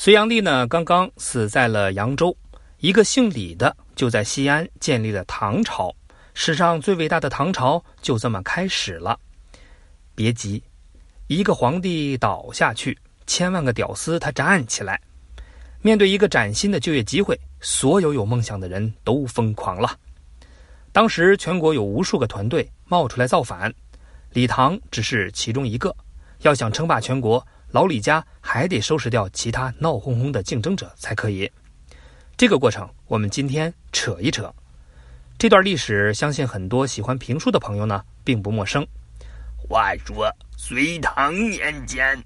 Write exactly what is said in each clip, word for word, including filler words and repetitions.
隋炀帝呢，刚刚死在了扬州，一个姓李的就在西安建立了唐朝，史上最伟大的唐朝就这么开始了。别急，一个皇帝倒下去，千万个屌丝他站起来。面对一个崭新的就业机会，所有有梦想的人都疯狂了。当时全国有无数个团队冒出来造反，李唐只是其中一个。要想称霸全国，老李家还得收拾掉其他闹哄哄的竞争者才可以。这个过程我们今天扯一扯。这段历史相信很多喜欢评书的朋友呢并不陌生。 话说隋唐年间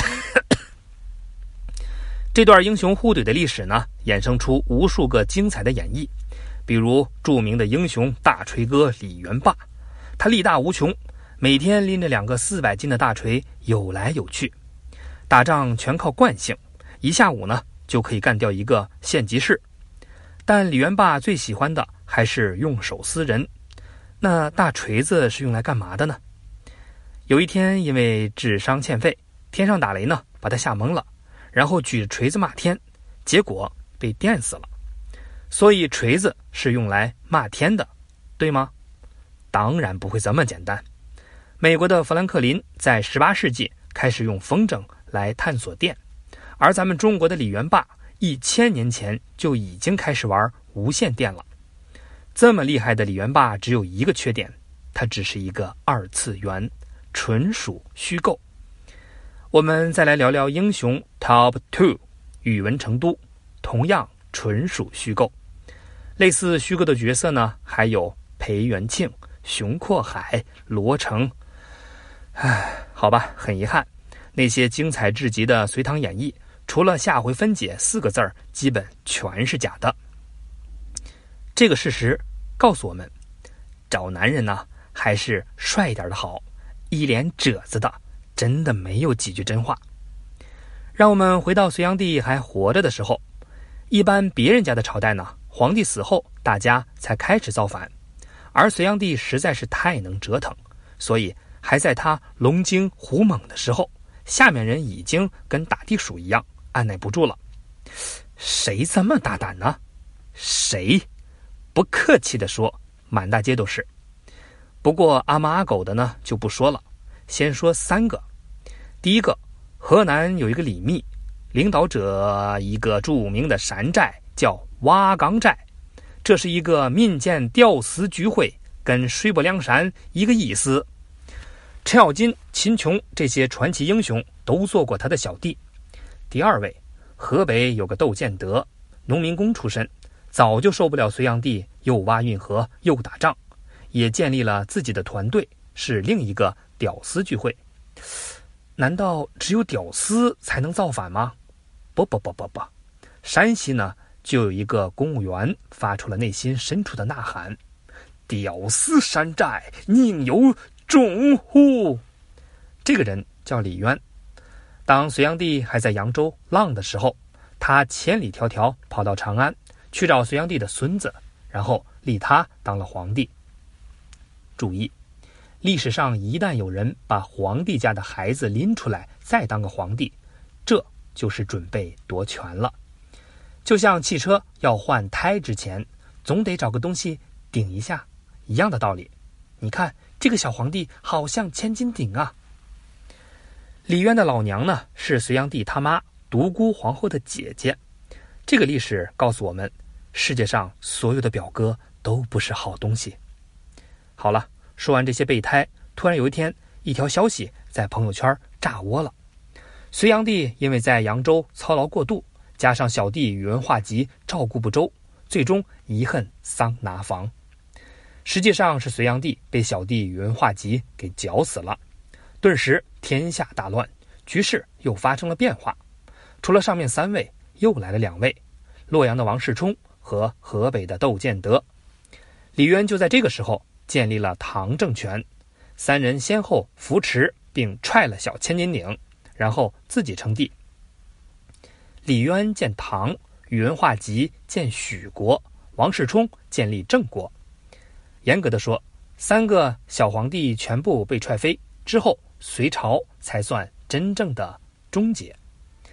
这段英雄互怼的历史呢，衍生出无数个精彩的演绎。比如著名的英雄大锤哥李元霸，他力大无穷，每天拎着两个四百斤的大锤有来有去。打仗全靠惯性，一下午呢就可以干掉一个县级市。但李元霸最喜欢的还是用手撕人。那大锤子是用来干嘛的呢？有一天因为智商欠费，天上打雷呢把他吓懵了，然后举着锤子骂天，结果被电死了。所以锤子是用来骂天的，对吗？当然不会这么简单。美国的富兰克林在十八世纪开始用风筝来探索电，而咱们中国的李元霸一千年前就已经开始玩无线电了。这么厉害的李元霸只有一个缺点，他只是一个二次元，纯属虚构。我们再来聊聊英雄 Top 二 宇文成都，同样纯属虚构。类似虚构的角色呢，还有裴元庆、熊阔海、罗成。唉，好吧，很遗憾，那些精彩至极的隋唐演义，除了下回分解四个字儿，基本全是假的。这个事实告诉我们，找男人呢，还是帅一点的好，一脸褶子的真的没有几句真话。让我们回到隋炀帝还活着的时候，一般别人家的朝代呢，皇帝死后大家才开始造反，而隋炀帝实在是太能折腾，所以还在他龙精虎猛的时候，下面人已经跟打地鼠一样按耐不住了。谁这么大胆呢？谁？不客气地说，满大街都是。不过阿猫阿狗的呢就不说了，先说三个。第一个，河南有一个李密，领导者一个著名的山寨叫瓦岗寨，这是一个民间吊死聚会，跟水泊梁山一个意思。程咬金、秦琼这些传奇英雄都做过他的小弟。第二位，河北有个窦建德，农民工出身，早就受不了隋炀帝又挖运河又打仗，也建立了自己的团队，是另一个屌丝聚会。难道只有屌丝才能造反吗？不不不不不，山西呢就有一个公务员发出了内心深处的呐喊：屌丝山寨宁有种乎？这个人叫李渊。当隋炀帝还在扬州浪的时候，他千里迢迢跑到长安去找隋炀帝的孙子，然后立他当了皇帝。注意，历史上一旦有人把皇帝家的孩子拎出来再当个皇帝，这就是准备夺权了。就像汽车要换胎之前总得找个东西顶一下一样的道理。你看这个小皇帝好像千斤顶啊。李渊的老娘呢是隋炀帝他妈独孤皇后的姐姐。这个历史告诉我们，世界上所有的表哥都不是好东西。好了，说完这些备胎，突然有一天一条消息在朋友圈炸窝了。隋炀帝因为在扬州操劳过度，加上小弟宇文化及照顾不周，最终遗恨桑拿房。实际上是隋炀帝被小弟宇文化及给绞死了，顿时天下大乱，局势又发生了变化。除了上面三位，又来了两位，洛阳的王世充和河北的窦建德。李渊就在这个时候建立了唐政权，三人先后扶持并踹了小千斤顶，然后自己称帝。李渊建唐，宇文化及建许国，王世充建立郑国。严格的说，三个小皇帝全部被踹飞之后，隋朝才算真正的终结。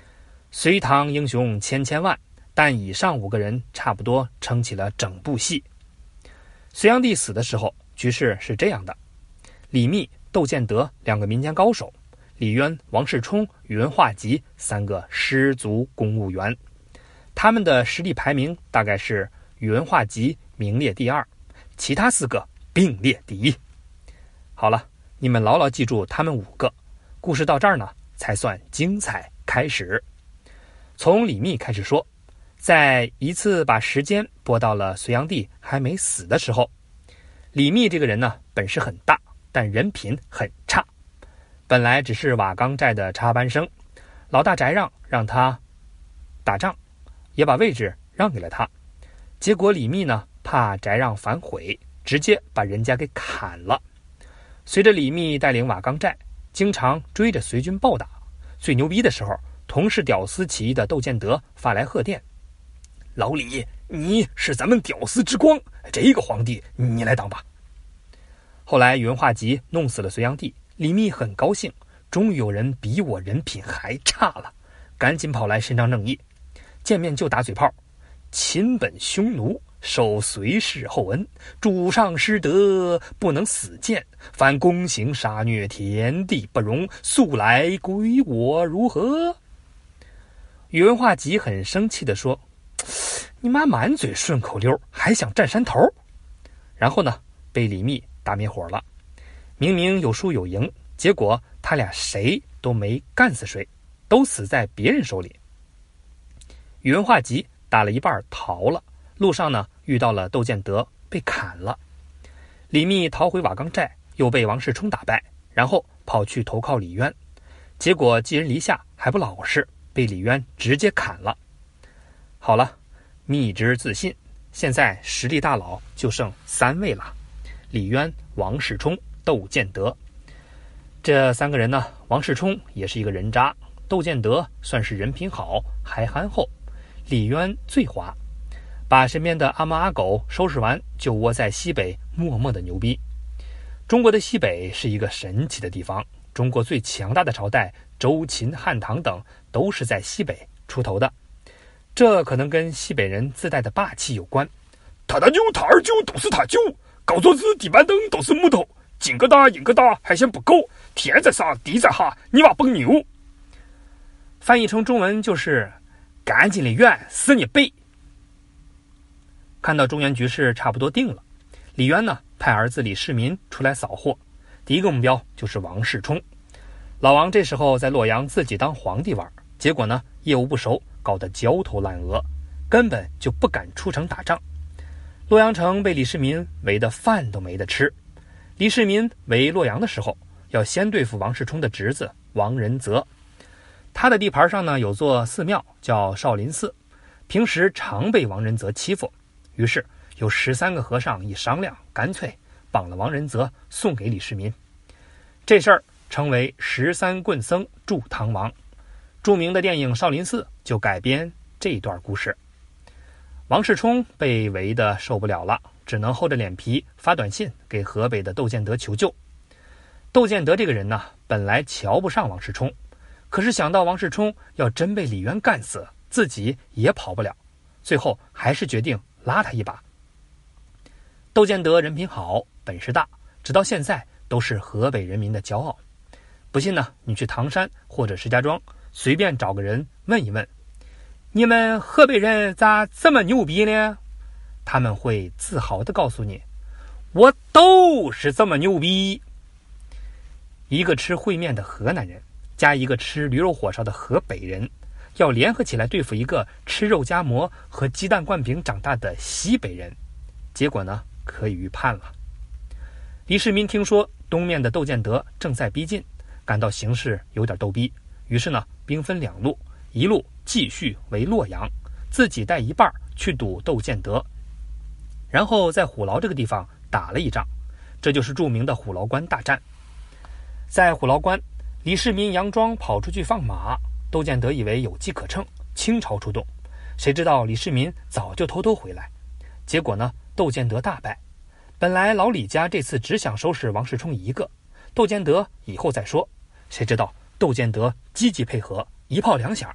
隋唐英雄千千万，但以上五个人差不多撑起了整部戏。隋炀帝死的时候，局势是这样的：李密、窦建德两个民间高手，李渊、王世充、宇文化及三个师族公务员。他们的实力排名大概是宇文化及名列第二，其他四个并列第一。好了，你们牢牢记住他们五个，故事到这儿呢才算精彩开始。从李密开始说，在一次把时间拨到了隋炀帝还没死的时候，李密这个人呢本事很大，但人品很差。本来只是瓦岗寨的插班生，老大翟让让他打仗，也把位置让给了他。结果李密呢怕翟让反悔，直接把人家给砍了。随着李密带领瓦岗寨，经常追着隋军暴打。最牛逼的时候，同是屌丝起义的窦建德发来贺电：老李，你是咱们屌丝之光，这个皇帝你来当吧。后来宇文化及弄死了隋炀帝，李密很高兴，终于有人比我人品还差了，赶紧跑来伸张正义。见面就打嘴炮：亲本匈奴，受隋氏厚恩，主上失德，不能死谏，凡公行杀虐，天地不容，速来归我如何？宇文化及很生气地说：你妈满嘴顺口溜，还想占山头？然后呢，被李密打灭火了。明明有输有赢，结果他俩谁都没干死谁，都死在别人手里。宇文化及打了一半逃了，路上呢遇到了窦建德，被砍了。李密逃回瓦岗寨，又被王世充打败，然后跑去投靠李渊，结果寄人篱下，还不老实，被李渊直接砍了。好了，密之自信，现在实力大佬就剩三位了：李渊、王世充、窦建德。这三个人呢，王世充也是一个人渣，窦建德算是人品好还憨厚，李渊最滑，把身边的阿猫阿狗收拾完，就窝在西北默默的牛逼。中国的西北是一个神奇的地方，中国最强大的朝代周秦汉唐等都是在西北出头的，这可能跟西北人自带的霸气有关。 他大舅他二舅都是他舅，高桌子地板凳都是木头，井个大影个大还嫌不够，天在上地在下，你娃蹦牛。 翻译成中文就是赶紧的远死你背。看到中原局势差不多定了，李渊呢派儿子李世民出来扫货，第一个目标就是王世充。老王这时候在洛阳自己当皇帝玩，结果呢业务不熟，搞得焦头烂额，根本就不敢出城打仗。洛阳城被李世民围得饭都没得吃。李世民围洛阳的时候，要先对付王世充的侄子王仁泽。他的地盘上呢有座寺庙叫少林寺，平时常被王仁泽欺负，于是有十三个和尚一商量，干脆绑了王仁泽送给李世民。这事儿称为十三棍僧助唐王，著名的电影《少林寺》就改编这段故事。王世充被围得受不了了，只能厚着脸皮发短信给河北的窦建德求救。窦建德这个人呢，本来瞧不上王世充，可是想到王世充要真被李渊干死，自己也跑不了，最后还是决定拉他一把。窦建德人品好，本事大，直到现在都是河北人民的骄傲。不信呢，你去唐山或者石家庄，随便找个人问一问，你们河北人咋这么牛逼呢？他们会自豪地告诉你，我都是这么牛逼。一个吃烩面的河南人，加一个吃驴肉火烧的河北人，要联合起来对付一个吃肉夹馍和鸡蛋灌饼长大的西北人，结果呢，可以预判了。李世民听说东面的窦建德正在逼近，感到形势有点逗逼，于是呢，兵分两路，一路继续围洛阳，自己带一半去堵窦建德，然后在虎牢这个地方打了一仗，这就是著名的虎牢关大战。在虎牢关，李世民佯装跑出去放马，窦建德以为有机可乘，倾巢出动，谁知道李世民早就偷偷回来，结果呢，窦建德大败。本来老李家这次只想收拾王世充一个，窦建德以后再说，谁知道窦建德积极配合，一炮两响，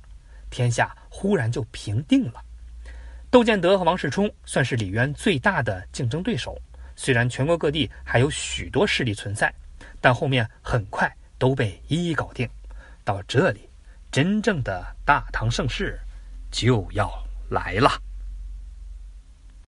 天下忽然就平定了。窦建德和王世充算是李渊最大的竞争对手，虽然全国各地还有许多势力存在，但后面很快都被一一搞定。到这里，真正的大唐盛世就要来了。